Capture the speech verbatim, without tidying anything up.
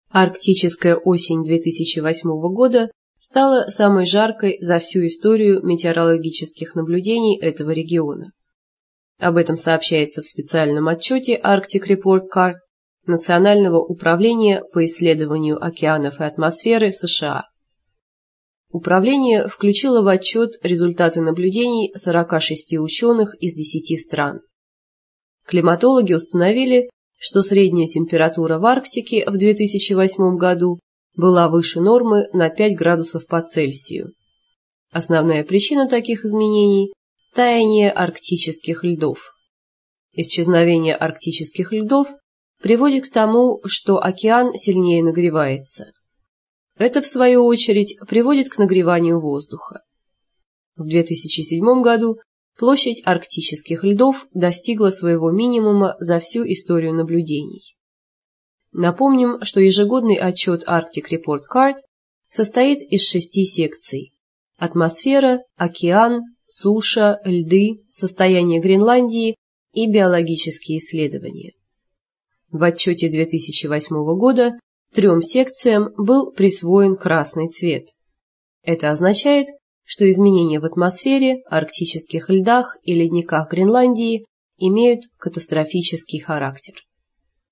Арктическая осень две тысячи восьмого года стала самой жаркой за всю историю метеорологических наблюдений этого региона. Об этом сообщается в специальном отчете Arctic Report Card Национального управления по исследованию океанов и атмосферы США. Управление включило в отчет результаты наблюдений сорока шести ученых из десяти стран. Климатологи установили, что средняя температура в Арктике в две тысячи восьмом году была выше нормы на пять градусов по Цельсию. Основная причина таких изменений – таяние арктических льдов. Исчезновение арктических льдов приводит к тому, что океан сильнее нагревается. Это, в свою очередь, приводит к нагреванию воздуха. В две тысячи седьмом году площадь арктических льдов достигла своего минимума за всю историю наблюдений. Напомним, что ежегодный отчет Arctic Report Card состоит из шести секций: атмосфера, океан, суша, льды, состояние Гренландии и биологические исследования. В отчете две тысячи восьмого года трем секциям был присвоен красный цвет. Это означает, что изменения в атмосфере, арктических льдах и ледниках Гренландии имеют катастрофический характер.